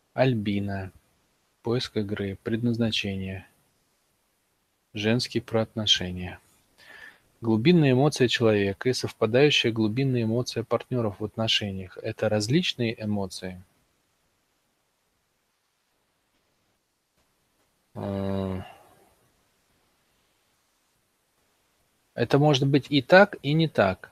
Альбина. Поиск игры. Предназначение. Женские про отношения. Глубинные эмоции человека и совпадающая глубинная эмоция партнеров в отношениях– это различные эмоции. Э, Это может быть и так, и не так.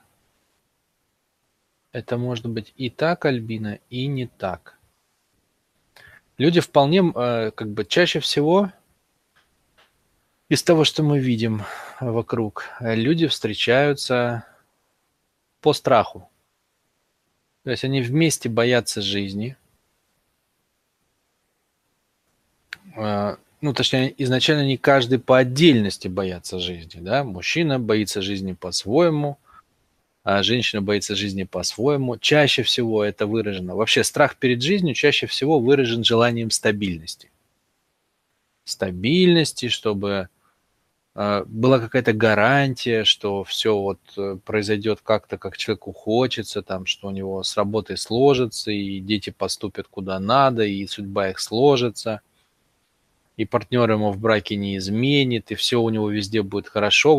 Это может быть и так, Альбина, и не так. Люди вполне, как бы чаще всего из того, что мы видим вокруг, люди встречаются по страху. То есть они вместе боятся жизни. Ну, точнее, изначально не каждый по отдельности боятся жизни, да. Мужчина боится жизни по-своему, а женщина боится жизни по-своему. Чаще всего это выражено. Вообще страх перед жизнью чаще всего выражен желанием стабильности. Стабильности, чтобы была какая-то гарантия, что все вот произойдет как-то, как человеку хочется, там, что у него с работой сложится, и дети поступят куда надо, и судьба их сложится, и партнер ему в браке не изменит, и все у него везде будет хорошо.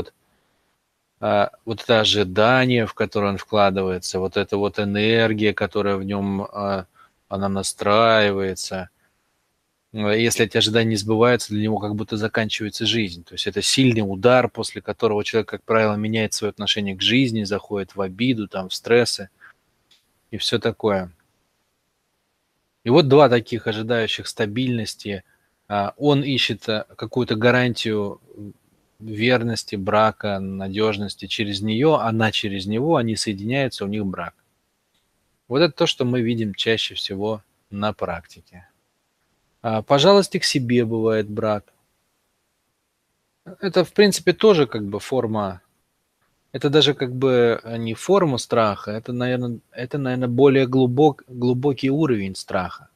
Вот это ожидание, в которое он вкладывается, вот эта вот энергия, которая в нем, она настраивается. Если эти ожидания не сбываются, для него как будто заканчивается жизнь. То есть это сильный удар, после которого человек, как правило, меняет свое отношение к жизни, заходит в обиду, там, в стрессы и все такое. И вот два таких ожидающих стабильности. Он ищет какую-то гарантию верности, брака, надежности через нее, она через него, они соединяются, у них брак. Вот это то, что мы видим чаще всего на практике. По жалости к себе бывает брак. Это, в принципе, тоже как бы форма, это даже как бы не форма страха, это, наверное, более глубокий уровень страха.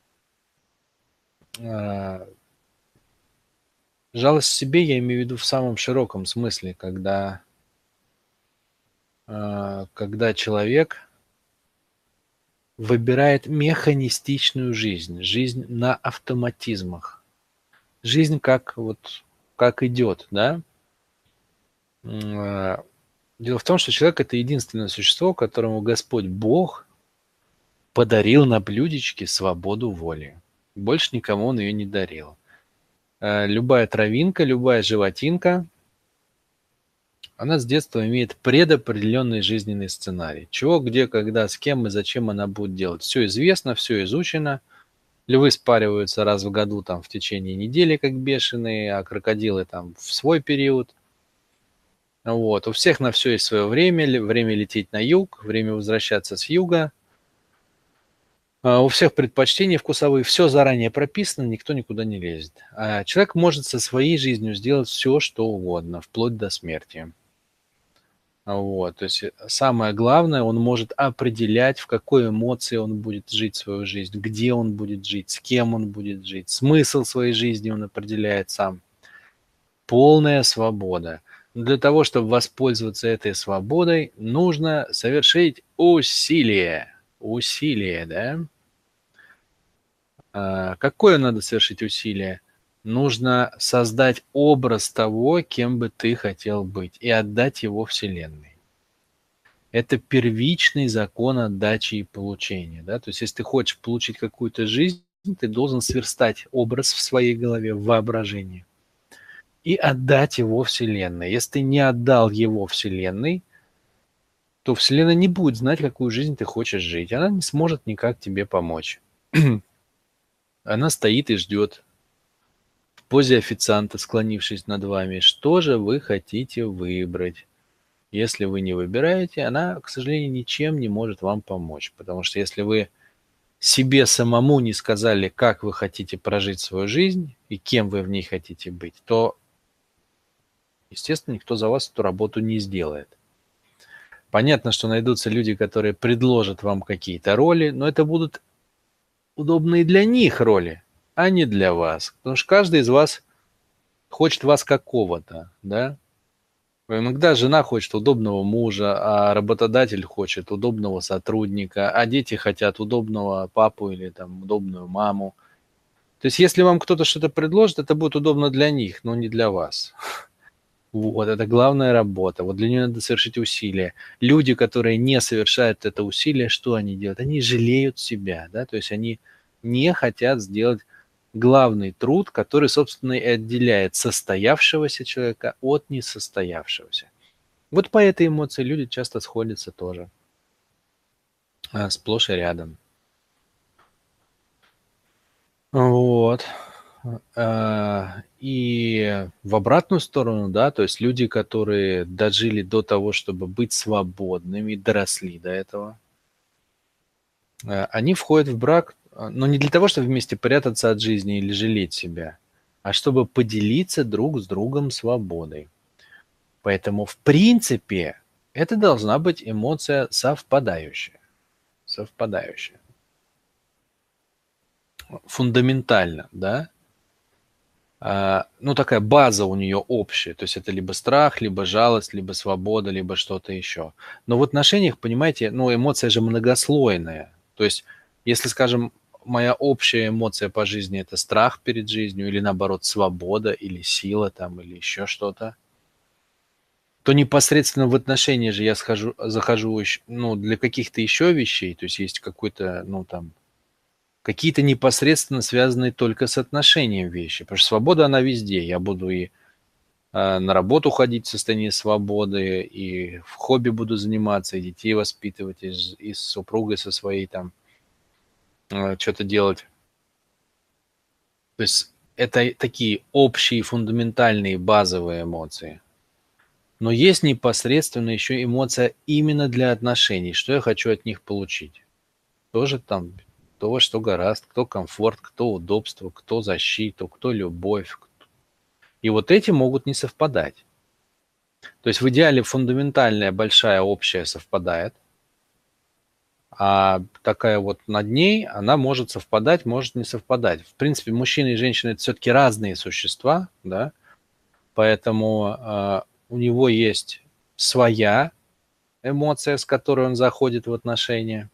А, Жалость к себе я имею в виду в самом широком смысле, когда человек выбирает механистичную жизнь, жизнь на автоматизмах, жизнь как идет, да. М, а, Дело в том, что человек– это единственное существо, которому Господь Бог подарил на блюдечке свободу воли. Больше никому он ее не дарил. Любая травинка, любая животинка, она с детства имеет предопределенный жизненный сценарий. Чего, где, когда, с кем и зачем она будет делать. Все известно, все изучено. Львы спариваются раз в году там в течение недели, как бешеные, а крокодилы там в свой период. Вот. У всех на все есть свое время. Время лететь на юг, время возвращаться с юга. У всех предпочтения вкусовые, все заранее прописано, никто никуда не лезет. А человек может со своей жизнью сделать все, что угодно, вплоть до смерти. Вот, то есть самое главное, он может определять, в какой эмоции он будет жить свою жизнь, где он будет жить, с кем он будет жить. Смысл своей жизни он определяет сам. Полная свобода. Но для того, чтобы воспользоваться этой свободой, нужно совершить усилие. Усилие, да? Какое надо совершить усилие? Нужно создать образ того, кем бы ты хотел быть, и отдать его Вселенной. Это первичный закон отдачи и получения. Да? То есть, если ты хочешь получить какую-то жизнь, ты должен сверстать образ в своей голове, в воображении, и отдать его Вселенной. Если ты не отдал его Вселенной, то Вселенная не будет знать, какую жизнь ты хочешь жить. Она не сможет никак тебе помочь. Она стоит и ждет в позе официанта, склонившись над вами. Что же вы хотите выбрать? Если вы не выбираете, она, к сожалению, ничем не может вам помочь. Потому что если вы себе самому не сказали, как вы хотите прожить свою жизнь и кем вы в ней хотите быть, то, естественно, никто за вас эту работу не сделает. Понятно, что найдутся люди, которые предложат вам какие-то роли, но это будут удобные для них роли, а не для вас. Потому что каждый из вас хочет вас какого-то, да? Иногда жена хочет удобного мужа, а работодатель хочет удобного сотрудника, а дети хотят удобного папу или там удобную маму. То есть, если вам кто-то что-то предложит, это будет удобно для них, но не для вас. Вот, это главная работа. Вот для нее надо совершить усилия. Люди, которые не совершают это усилие, что они делают? Они жалеют себя, да, то есть они не хотят сделать главный труд, который, собственно, и отделяет состоявшегося человека от несостоявшегося. Вот по этой эмоции люди часто сходятся тоже, сплошь и рядом. Вот. И в обратную сторону, да, то есть люди, которые дожили до того, чтобы быть свободными, доросли до этого, они входят в брак, но не для того, чтобы вместе прятаться от жизни или жалеть себя, а чтобы поделиться друг с другом свободой. Поэтому, в принципе, это должна быть эмоция совпадающая. Совпадающая. Фундаментально, да? Ну, такая база у нее общая. То есть это либо страх, либо жалость, либо свобода, либо что-то еще. Но в отношениях, понимаете, ну, эмоция же многослойная. То есть, если, скажем, моя общая эмоция по жизни – это страх перед жизнью, или наоборот, свобода, или сила там, или еще что-то, то непосредственно в отношения же я захожу ну, для каких-то еще вещей, то есть есть какой-то, ну, там, какие-то непосредственно связанные только с отношением вещи. Потому что свобода, она везде. Я буду и на работу ходить в состоянии свободы, и в хобби буду заниматься, и детей воспитывать, и с супругой со своей там что-то делать. То есть это такие общие, фундаментальные, базовые эмоции. Но есть непосредственно еще эмоция именно для отношений. Что я хочу от них получить? Тоже там кто во что гораст, кто комфорт, кто удобство, кто защиту, кто любовь. И вот эти могут не совпадать. То есть в идеале фундаментальная большая общая совпадает, а такая вот над ней, она может совпадать, может не совпадать. В принципе, мужчина и женщина – это все-таки разные существа, да, поэтому у него есть своя эмоция, с которой он заходит в отношения,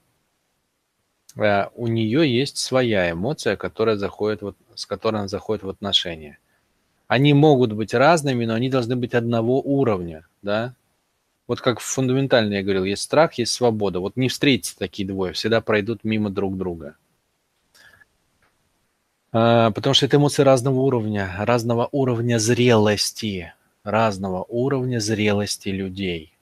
у нее есть своя эмоция, с которой она заходит в отношения. Они могут быть разными, но они должны быть одного уровня, да. Вот как фундаментально я говорил, есть страх, есть свобода. Вот не встретятся такие двое, всегда пройдут мимо друг друга. Потому что это эмоции разного уровня зрелости, разного уровня зрелости людей.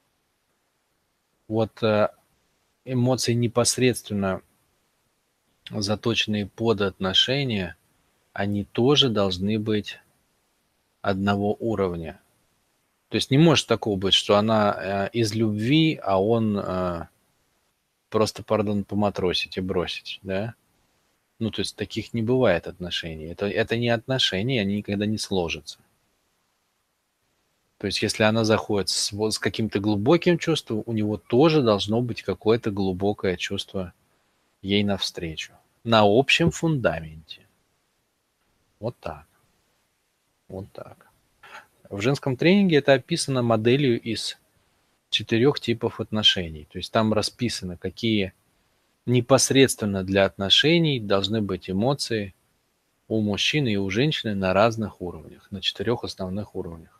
Вот эмоции непосредственно заточенные под отношения, они тоже должны быть одного уровня. То есть не может такого быть, что она из любви, а он просто, пардон, поматросить и бросить, да? Ну, то есть таких не бывает отношений. Это не отношения, они никогда не сложатся. То есть если она заходит с каким-то глубоким чувством, у него тоже должно быть какое-то глубокое чувство ей навстречу. На общем фундаменте. Вот так. Вот так. В женском тренинге это описано моделью из 4 типов отношений. То есть там расписано, какие непосредственно для отношений должны быть эмоции у мужчины и у женщины на разных уровнях, на 4 основных уровнях.